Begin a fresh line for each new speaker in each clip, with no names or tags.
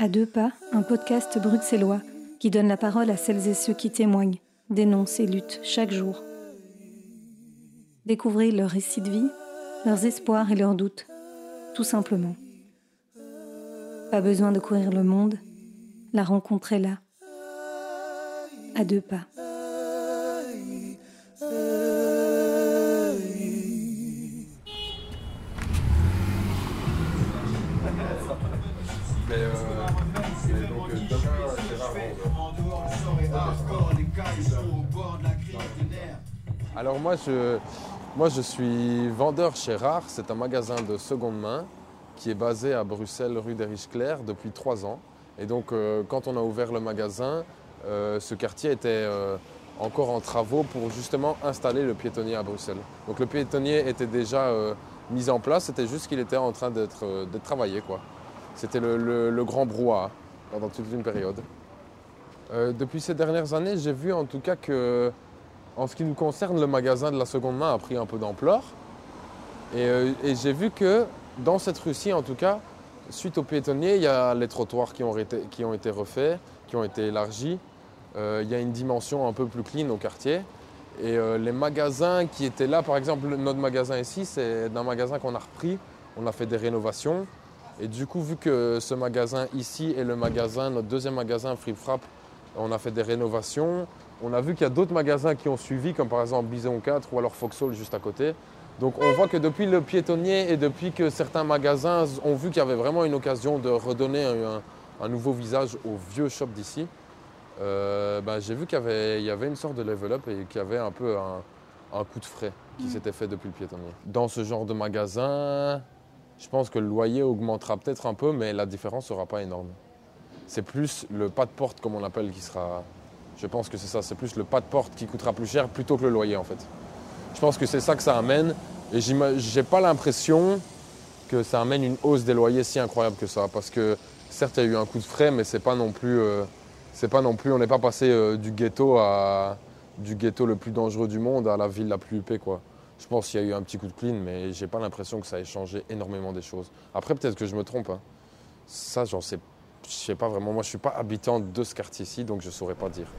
À deux pas, un podcast bruxellois qui donne la parole à celles et ceux qui témoignent, dénoncent et luttent chaque jour. Découvrez leurs récits de vie, leurs espoirs et leurs doutes, tout simplement. Pas besoin de courir le monde, la rencontre est là. À deux pas.
Alors moi je suis vendeur chez Rare, c'est un magasin de seconde main qui est basé à Bruxelles, rue des Riches-Clairs, depuis 3 ans. Et donc quand on a ouvert le magasin, ce quartier était encore en travaux pour justement installer le piétonnier à Bruxelles. Donc le piétonnier était déjà mis en place, c'était juste qu'il était en train d'être travaillé, quoi. C'était le grand brouhaha pendant toute une période. Depuis ces dernières années, j'ai vu en tout cas que, en ce qui nous concerne, le magasin de la seconde main a pris un peu d'ampleur. Et j'ai vu que dans cette rue-ci, en tout cas, suite au piétonnier, il y a les trottoirs qui ont été refaits, qui ont été élargis. Il y a une dimension un peu plus clean au quartier. Et les magasins qui étaient là, par exemple, notre magasin ici, c'est un magasin qu'on a repris. On a fait des rénovations. Et du coup, vu que ce magasin ici est notre deuxième magasin Fripe Frappe, on a fait des rénovations. On a vu qu'il y a d'autres magasins qui ont suivi, comme par exemple Bison 4 ou alors Foxhall juste à côté. Donc on voit que depuis le piétonnier et depuis que certains magasins ont vu qu'il y avait vraiment une occasion de redonner un nouveau visage au vieux shop d'ici, j'ai vu qu'il y avait une sorte de level up et qu'il y avait un peu un coup de frais qui s'était fait depuis le piétonnier. Dans ce genre de magasin, je pense que le loyer augmentera peut-être un peu, mais la différence ne sera pas énorme. C'est plus le pas de porte, comme on l'appelle, qui sera... Je pense que c'est ça, c'est plus le pas de porte qui coûtera plus cher plutôt que le loyer, en fait. Je pense que c'est ça que ça amène. Et j'ai pas l'impression que ça amène une hausse des loyers si incroyable que ça. Parce que certes, il y a eu un coup de frais, mais c'est pas non plus, on n'est pas passé du ghetto le plus dangereux du monde à la ville la plus huppée, quoi. Je pense qu'il y a eu un petit coup de clean, mais j'ai pas l'impression que ça ait changé énormément des choses. Après, peut-être que je me trompe, hein. Ça, je sais pas vraiment. Moi, je suis pas habitant de ce quartier-ci, donc je saurais pas dire.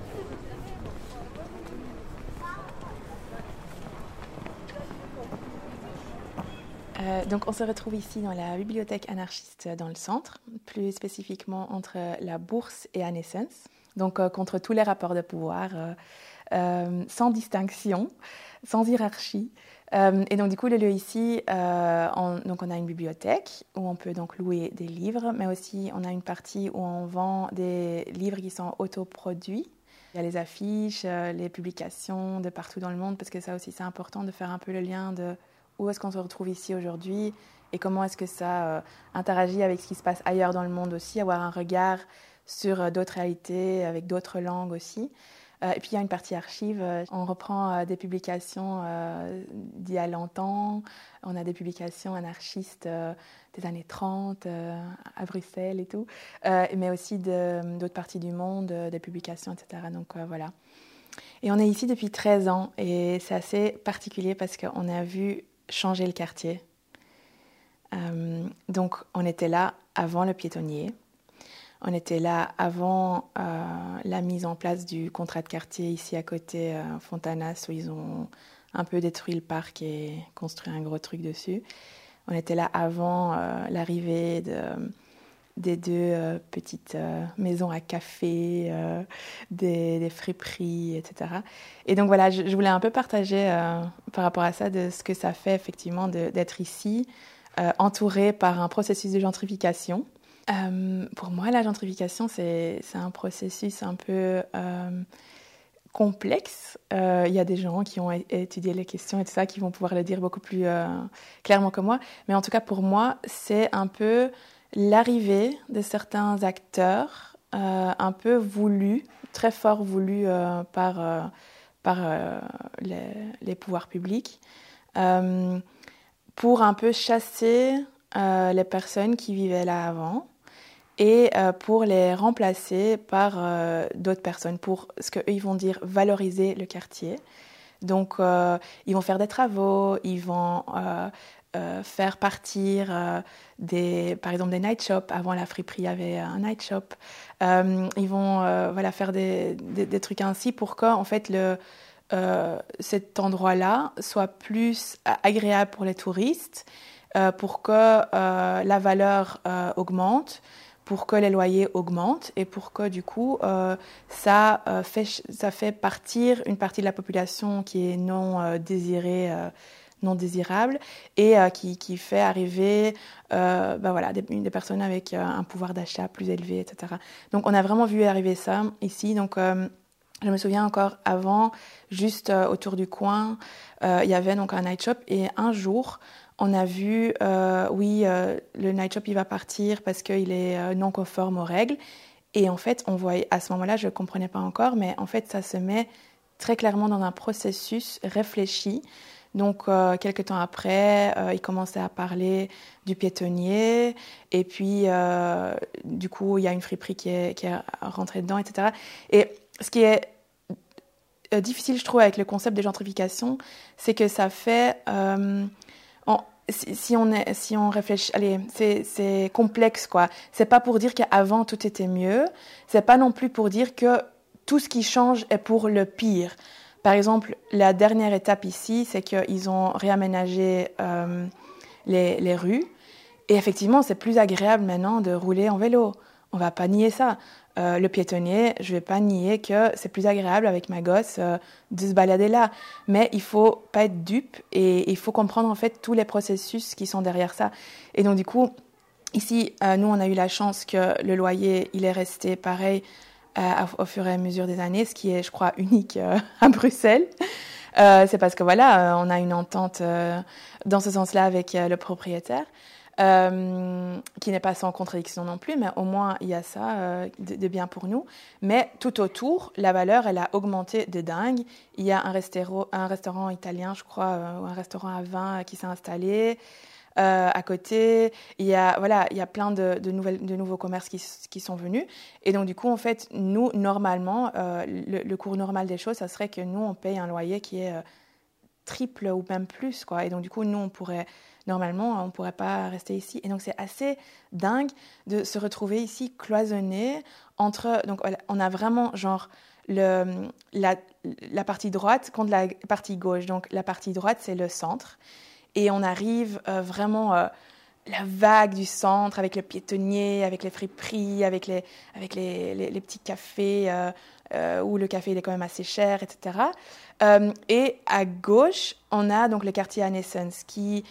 Donc on se retrouve ici dans la bibliothèque anarchiste dans le centre, plus spécifiquement entre la Bourse et Anessence, donc contre tous les rapports de pouvoir, sans distinction, sans hiérarchie. Et donc du coup le lieu ici, on a une bibliothèque où on peut donc louer des livres, mais aussi on a une partie où on vend des livres qui sont autoproduits. Il y a les affiches, les publications de partout dans le monde, parce que ça aussi c'est important de faire un peu le lien de où est-ce qu'on se retrouve ici aujourd'hui et comment est-ce que ça interagit avec ce qui se passe ailleurs dans le monde aussi, avoir un regard sur d'autres réalités, avec d'autres langues aussi. Et puis il y a une partie archives, on reprend des publications d'il y a longtemps, on a des publications anarchistes des années 30 à Bruxelles et tout, mais aussi d'autres parties du monde, des publications, etc. Donc voilà. Et on est ici depuis 13 ans et c'est assez particulier parce qu'on a vu changer le quartier. Donc on était là avant le piétonnier, on était là avant la mise en place du contrat de quartier ici à côté, Fontanas, où ils ont un peu détruit le parc et construit un gros truc dessus. On était là avant l'arrivée des deux petites maisons à café, des friperies, etc. Et donc voilà, je voulais un peu partager par rapport à ça de ce que ça fait effectivement d'être ici, entouré par un processus de gentrification. Pour moi, la gentrification, c'est un processus un peu complexe. Il y a des gens qui ont étudié les questions et tout ça, qui vont pouvoir le dire beaucoup plus clairement que moi. Mais en tout cas, pour moi, c'est un peu l'arrivée de certains acteurs un peu voulus, très fort voulus par les pouvoirs publics, pour un peu chasser les personnes qui vivaient là avant et pour les remplacer par d'autres personnes, pour ce qu'eux ils vont dire valoriser le quartier. Donc ils vont faire des travaux, ils vont faire partir par exemple des night shops. Avant la friperie, il y avait un night shop. Ils vont faire des trucs ainsi pour que en fait, cet endroit-là soit plus agréable pour les touristes, pour que la valeur augmente, pour que les loyers augmentent et pour que du coup ça fait partir une partie de la population qui est non désirée, non désirable, et qui fait arriver des personnes avec un pouvoir d'achat plus élevé, etc. Donc on a vraiment vu arriver ça ici. Donc je me souviens encore avant, juste autour du coin, il y avait donc un night shop, et un jour on a vu, le night shop il va partir parce qu'il est non conforme aux règles. Et en fait, on voyait, à ce moment-là, je ne comprenais pas encore, mais en fait, ça se met très clairement dans un processus réfléchi. Donc, quelques temps après, il commençait à parler du piétonnier. Et puis, du coup, il y a une friperie qui est rentrée dedans, etc. Et ce qui est difficile, je trouve, avec le concept de gentrification, c'est que ça fait... si on réfléchit, allez, c'est complexe, quoi. C'est pas pour dire qu'avant tout était mieux. C'est pas non plus pour dire que tout ce qui change est pour le pire. Par exemple, la dernière étape ici, c'est qu'ils ont réaménagé les rues. Et effectivement, c'est plus agréable maintenant de rouler en vélo. On va pas nier ça. Le piétonnier, je vais pas nier que c'est plus agréable avec ma gosse de se balader là. Mais il faut pas être dupe et il faut comprendre en fait tous les processus qui sont derrière ça. Et donc du coup, ici, nous, on a eu la chance que le loyer, il est resté pareil au fur et à mesure des années, ce qui est, je crois, unique à Bruxelles. C'est parce que voilà, on a une entente dans ce sens-là avec le propriétaire. Qui n'est pas sans contradiction non plus, mais au moins il y a ça de bien pour nous. Mais tout autour, la valeur, elle a augmenté de dingue. Il y a un restaurant italien, je crois, ou un restaurant à vin qui s'est installé à côté. Il y a plein de nouveaux commerces qui sont venus. Et donc du coup, en fait, nous, normalement, le cours normal des choses, ça serait que nous, on paye un loyer qui est triple ou même plus, quoi. Et donc du coup, nous, normalement, on ne pourrait pas rester ici. Et donc, c'est assez dingue de se retrouver ici cloisonné entre... Donc, on a vraiment, genre, la partie droite contre la partie gauche. Donc, la partie droite, c'est le centre. Et on arrive vraiment... la vague du centre avec le piétonnier, avec les friperies, avec les petits cafés où le café il est quand même assez cher, etc. Et à gauche, on a donc le quartier Anessens qui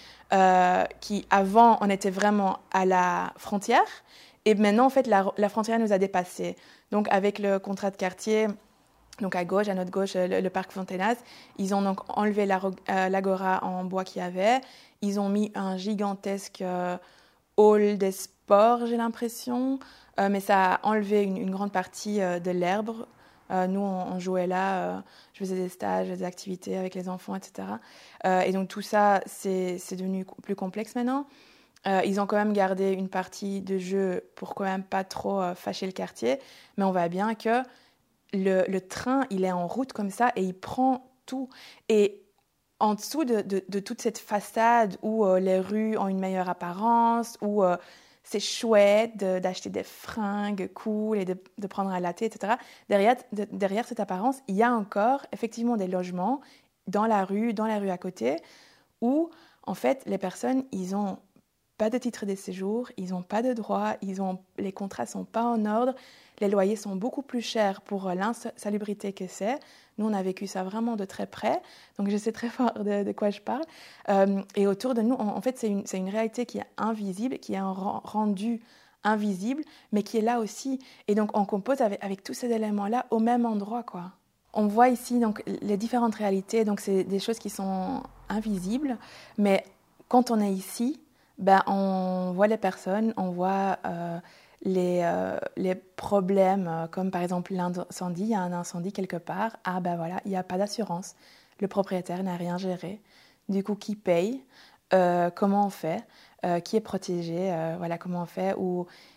avant, on était vraiment à la frontière. Et maintenant, en fait, la frontière nous a dépassés. Donc, avec le contrat de quartier... Donc à notre gauche, le parc Fontenas, ils ont donc enlevé l'agora en bois qu'il y avait. Ils ont mis un gigantesque hall des sports, j'ai l'impression. Mais ça a enlevé une grande partie de l'herbe. Nous, on jouait là, je faisais des stages, des activités avec les enfants, etc. Et donc tout ça, c'est devenu plus complexe maintenant. Ils ont quand même gardé une partie de jeu pour quand même pas trop fâcher le quartier. Mais on voit bien que le train, il est en route comme ça et il prend tout. Et en dessous de toute cette façade où les rues ont une meilleure apparence, où c'est chouette d'acheter des fringues cool et de prendre un latte, etc. Derrière cette apparence, il y a encore effectivement des logements dans la rue à côté, où en fait les personnes, ils ont pas de titre de séjour, ils n'ont pas de droits, les contrats sont pas en ordre, les loyers sont beaucoup plus chers pour l'insalubrité que c'est. Nous, on a vécu ça vraiment de très près, donc je sais très fort de quoi je parle. Et autour de nous, en fait, c'est une réalité qui est invisible, qui est rendue invisible, mais qui est là aussi. Et donc, on compose avec tous ces éléments-là au même endroit, quoi. On voit ici donc les différentes réalités, donc c'est des choses qui sont invisibles, mais quand on est ici, on voit les personnes, on voit les problèmes, comme par exemple l'incendie, il y a un incendie quelque part, il n'y a pas d'assurance, le propriétaire n'a rien géré, du coup qui paye, comment on fait, qui est protégé, comment on fait, ou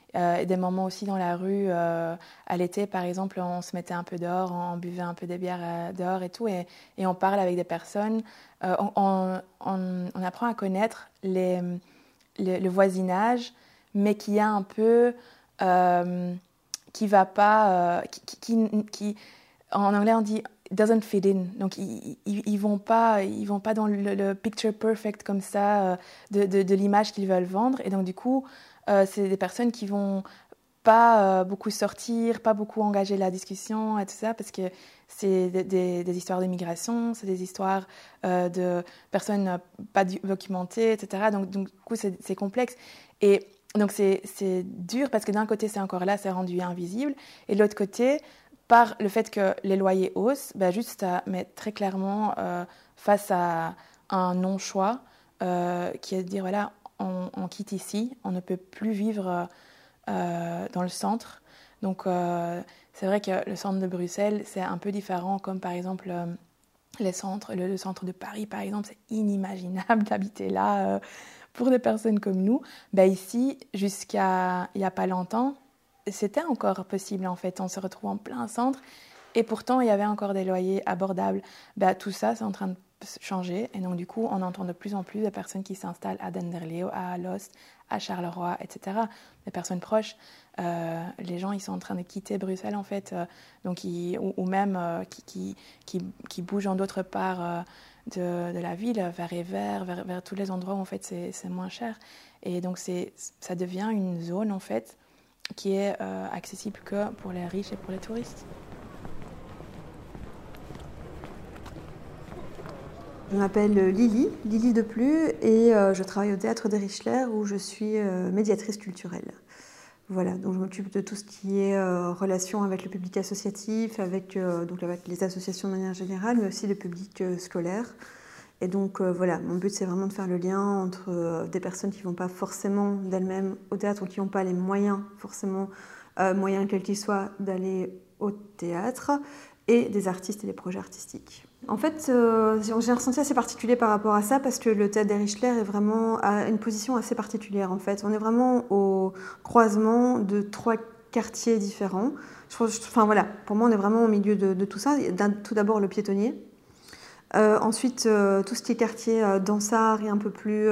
Des moments aussi dans la rue, à l'été par exemple, on se mettait un peu dehors, on buvait un peu des bières dehors et tout, et on parle avec des personnes. On apprend à connaître le voisinage, mais qui a un peu, qui va pas, en anglais on dit doesn't fit in, donc ils vont pas dans le picture perfect comme ça de l'image qu'ils veulent vendre, et donc du coup c'est des personnes qui vont pas beaucoup sortir, pas beaucoup engager la discussion et tout ça, parce que c'est des histoires d'immigration, c'est des histoires de personnes pas documentées, etc. Donc du coup, c'est complexe. Et donc c'est dur parce que d'un côté, c'est encore là, c'est rendu invisible. Et de l'autre côté, par le fait que les loyers haussent, juste ça met très clairement face à un non-choix qui est de dire, voilà, on quitte ici, on ne peut plus vivre dans le centre. Donc c'est vrai que le centre de Bruxelles, c'est un peu différent, comme par exemple le centre de Paris, par exemple, c'est inimaginable d'habiter là pour des personnes comme nous. Ici, jusqu'à il n'y a pas longtemps, c'était encore possible en fait. On se retrouve en plein centre et pourtant il y avait encore des loyers abordables. Tout ça, c'est en train de changer, et donc du coup, on entend de plus en plus de personnes qui s'installent à Denderleeuw, à Alost, à Charleroi, etc. Des personnes proches. Les gens, ils sont en train de quitter Bruxelles en fait, donc ou même qui bougent en d'autres parts de la ville, vers Evere, vers tous les endroits où en fait c'est moins cher. Et donc ça devient une zone en fait qui est accessible que pour les riches et pour les touristes.
Je m'appelle Lily Deplu, et je travaille au Théâtre des Richler où je suis médiatrice culturelle. Voilà, donc je m'occupe de tout ce qui est relation avec le public associatif, avec les associations de manière générale, mais aussi le public scolaire. Et donc voilà, mon but c'est vraiment de faire le lien entre des personnes qui ne vont pas forcément d'elles-mêmes au théâtre ou qui n'ont pas les moyens, forcément, moyens quels qu'ils soient, d'aller au théâtre, et des artistes et des projets artistiques. En fait, j'ai un ressenti assez particulier par rapport à ça, parce que le Théâtre des Richler est vraiment à une position assez particulière. En fait, on est vraiment au croisement de 3 quartiers différents. Voilà, pour moi, on est vraiment au milieu de tout ça. Tout d'abord, le piétonnier. Ensuite, tout ce qui est quartier Dansart et un peu plus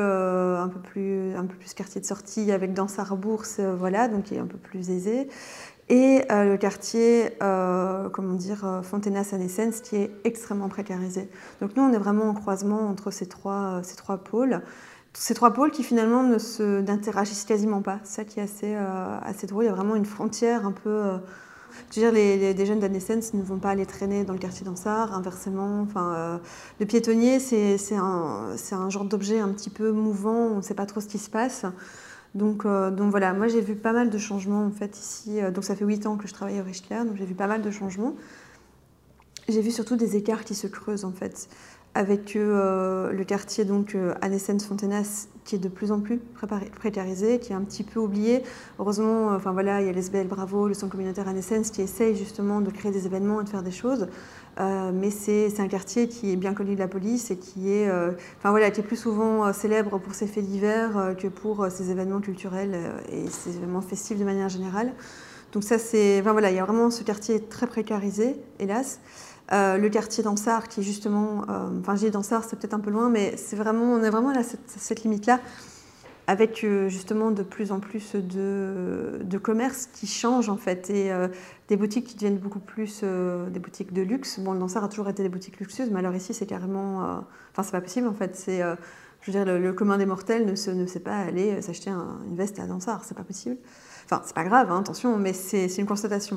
quartier de sortie avec Dansart Bourse, voilà, donc qui est un peu plus aisé. Et le quartier, Fontenas-Anessens, qui est extrêmement précarisé. Donc nous, on est vraiment en croisement entre ces trois pôles. Ces 3 pôles qui finalement n'interagissent quasiment pas. C'est ça qui est assez drôle. Il y a vraiment une frontière un peu... je veux dire, les jeunes d'Anessens ne vont pas aller traîner dans le quartier Dansart, inversement. Le piétonnier, c'est un genre d'objet un petit peu mouvant, on ne sait pas trop ce qui se passe. Donc voilà, moi j'ai vu pas mal de changements en fait ici. Donc ça fait 8 ans que je travaille au Richler, donc j'ai vu pas mal de changements. J'ai vu surtout des écarts qui se creusent en fait, avec le quartier Anessens-Fontenas qui est de plus en plus précarisé, qui est un petit peu oublié. Heureusement, il y a l'SBL Bravo, le centre communautaire Anessens, qui essaye justement de créer des événements et de faire des choses. Mais c'est un quartier qui est bien connu de la police et qui est, qui est plus souvent célèbre pour ses faits divers que pour ses événements culturels et ses événements festifs de manière générale. Donc ça, il y a vraiment ce quartier très précarisé, hélas. Le quartier Dansart qui est justement, je dis Dansart, c'est peut-être un peu loin, mais on est vraiment à cette limite-là, avec justement de plus en plus de commerces qui changent en fait, et des boutiques qui deviennent beaucoup plus des boutiques de luxe. Bon, Dansart a toujours été des boutiques luxueuses, mais alors ici c'est carrément, c'est pas possible en fait. Je veux dire, le commun des mortels ne sait pas aller s'acheter une veste à Dansart, c'est pas possible. Enfin, c'est pas grave, hein, attention, mais c'est une constatation.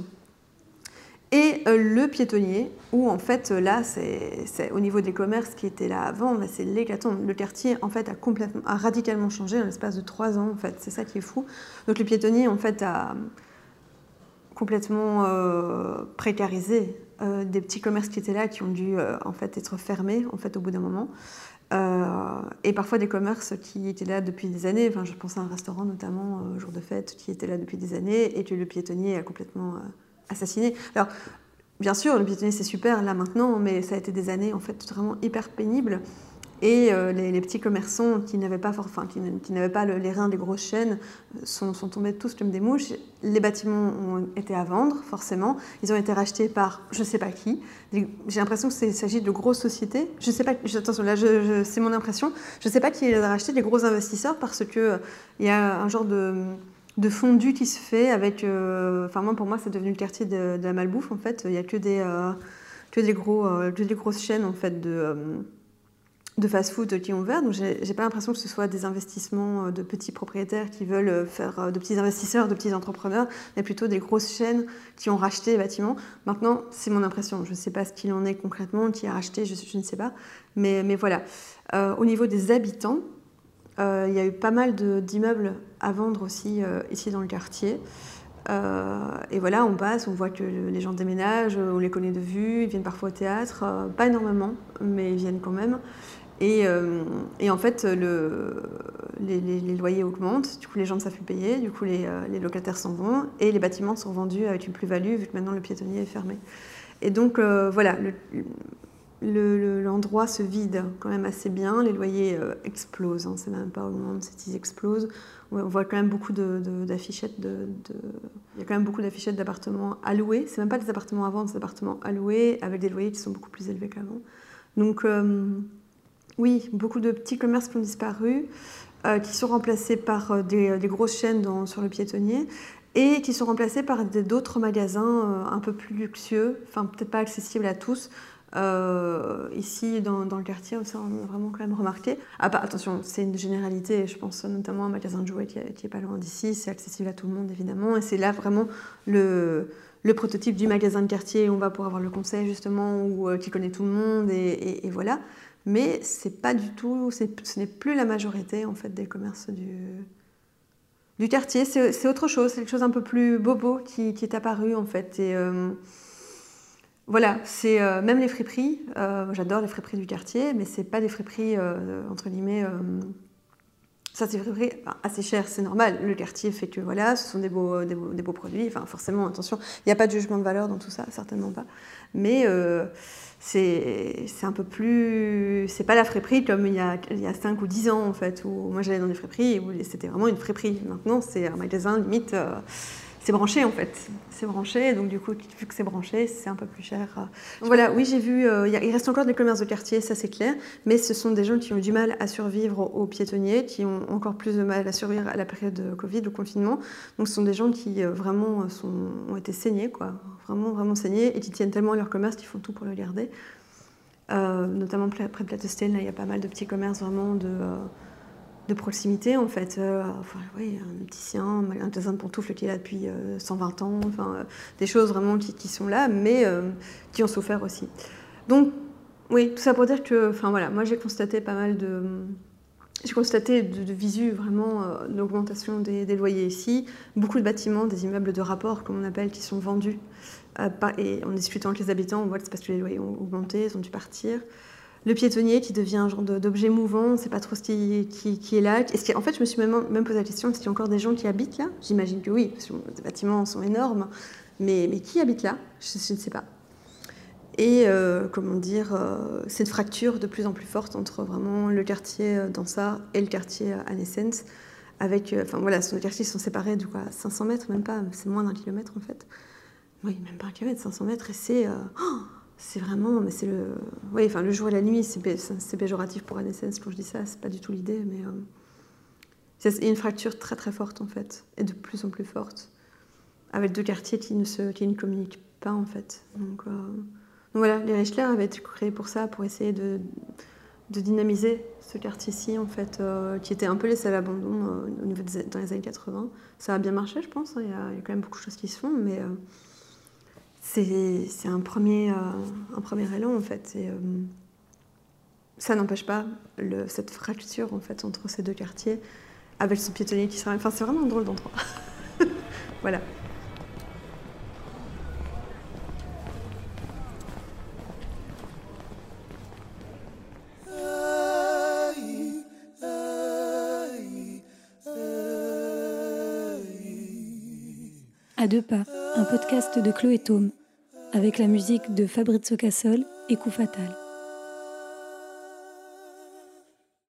Et le piétonnier, où en fait là, c'est au niveau des commerces qui étaient là avant, c'est l'hécatombe. Le quartier en fait a radicalement changé en l'espace de 3 ans, en fait, c'est ça qui est fou. Donc le piétonnier en fait a complètement précarisé des petits commerces qui étaient là, qui ont dû en fait être fermés en fait au bout d'un moment. Et parfois des commerces qui étaient là depuis des années. Je pense à un restaurant notamment jour de fête qui était là depuis des années et que le piétonnier a complètement assassiné. Alors, bien sûr, le piétonnier c'est super là maintenant, mais ça a été des années en fait vraiment hyper pénibles Et les petits commerçants qui n'avaient pas, qui n'avaient pas les reins des grosses chaînes sont tombés tous comme des mouches. Les bâtiments ont été à vendre, forcément. Ils ont été rachetés par je ne sais pas qui. J'ai l'impression qu'il s'agit de grosses sociétés. Je sais pas, attention, là, c'est mon impression. Je ne sais pas qui les a rachetés, des gros investisseurs, parce qu'il y a un genre de fondu qui se fait avec... pour moi, c'est devenu le quartier de la malbouffe, en fait. Il n'y a que des grosses chaînes, en fait, de fast-food qui ont ouvert, donc j'ai pas l'impression que ce soit des investissements de petits propriétaires qui veulent faire de petits investisseurs, de petits entrepreneurs, mais plutôt des grosses chaînes qui ont racheté les bâtiments. Maintenant, c'est mon impression, je ne sais pas ce qu'il en est concrètement, qui a racheté, je ne sais pas, mais voilà. Au niveau des habitants, il y a eu pas mal d'immeubles à vendre aussi ici dans le quartier. Et voilà, on passe, on voit que les gens déménagent, on les connaît de vue, ils viennent parfois au théâtre, pas énormément, mais ils viennent quand même. Et en fait, les loyers augmentent, du coup les gens ne savent plus payer, du coup les locataires s'en vont et les bâtiments sont vendus avec une plus-value vu que maintenant le piétonnier est fermé. Et donc voilà, l'endroit se vide quand même assez bien, les loyers explosent, hein, c'est même pas augmentent, c'est qu'ils explosent. On voit quand même beaucoup d'affichettes il y a quand même beaucoup d'affichettes d'appartements à louer, c'est même pas des appartements à vendre, c'est des appartements à louer avec des loyers qui sont beaucoup plus élevés qu'avant. Donc oui, beaucoup de petits commerces qui ont disparu, qui sont remplacés par des grosses chaînes sur le piétonnier et qui sont remplacés par d'autres magasins un peu plus luxueux, enfin peut-être pas accessibles à tous. Ici, dans le quartier, ça on a vraiment quand même remarqué. Attention, c'est une généralité, je pense notamment à un magasin de jouets qui est pas loin d'ici, c'est accessible à tout le monde évidemment, et c'est là vraiment le prototype du magasin de quartier où on va pouvoir avoir le conseil justement, ou qui connaît tout le monde, et voilà. Mais c'est pas du tout, ce n'est plus la majorité en fait des commerces du quartier. C'est autre chose, c'est quelque chose un peu plus bobo qui est apparu en fait. Et voilà, c'est même les friperies. J'adore les friperies du quartier, mais c'est pas des friperies entre guillemets. Ça, c'est des friperies assez chères, c'est normal. Le quartier fait que voilà, ce sont des beaux produits. Enfin, forcément, attention, il n'y a pas de jugement de valeur dans tout ça, certainement pas. Mais c'est un peu plus... C'est pas la friperie comme il y a 5 ou 10 ans, en fait, où moi j'allais dans des friperies où c'était vraiment une friperie. Maintenant, c'est un magasin, limite, c'est branché, en fait. C'est branché, donc du coup, vu que c'est branché, c'est un peu plus cher. Voilà, oui, j'ai vu, il reste encore des commerces de quartier, ça c'est clair, mais ce sont des gens qui ont du mal à survivre aux piétonniers, qui ont encore plus de mal à survivre à la période de Covid, au confinement. Donc ce sont des gens qui vraiment ont été saignés, quoi. Vraiment, vraiment saignés, et qui tiennent tellement à leur commerce qu'ils font tout pour le garder. Notamment près de Platestein, là, il y a pas mal de petits commerces vraiment de proximité, en fait. Oui, un opticien, un magasin de pantoufles qui est là depuis 120 ans, des choses vraiment qui sont là, mais qui ont souffert aussi. Donc, oui, tout ça pour dire que, voilà, moi j'ai constaté pas mal J'ai constaté de visu vraiment l'augmentation des loyers ici, beaucoup de bâtiments, des immeubles de rapport, comme on appelle, qui sont vendus. Et en discutant avec les habitants, on voit que c'est parce que les loyers ont augmenté, ils ont dû partir. Le piétonnier qui devient un genre d'objet mouvant, on ne sait pas trop ce qui est là. En fait, je me suis même posé la question, est-ce qu'il y a encore des gens qui habitent là? J'imagine que oui, parce que les bâtiments sont énormes. Mais qui habite là? Je ne sais pas. Et cette fracture de plus en plus forte entre vraiment le quartier Dansart et le quartier Annesens. Avec, les quartiers sont séparés de 500 mètres, même pas, c'est moins d'1 kilomètre en fait. Oui, même pas 1 kilomètre, 500 mètres, et c'est vraiment, mais c'est le jour et la nuit, c'est péjoratif pour Annesens quand je dis ça, c'est pas du tout l'idée, mais il y a une fracture très très forte en fait, et de plus en plus forte, avec deux quartiers qui ne communiquent pas en fait. Donc voilà, les Richler avaient été créés pour ça, pour essayer de dynamiser ce quartier-ci, en fait, qui était un peu laissé à l'abandon dans les années 80. Ça a bien marché, je pense, hein, il y a quand même beaucoup de choses qui se font, mais c'est un premier élan, en fait. Et, ça n'empêche pas cette fracture, en fait, entre ces deux quartiers, avec ce piétonnier qui sera... Enfin, c'est vraiment un drôle d'endroit. Voilà.
À deux pas, un podcast de Chloé Thaume, avec la musique de Fabrizio Cassol et Coup Fatal.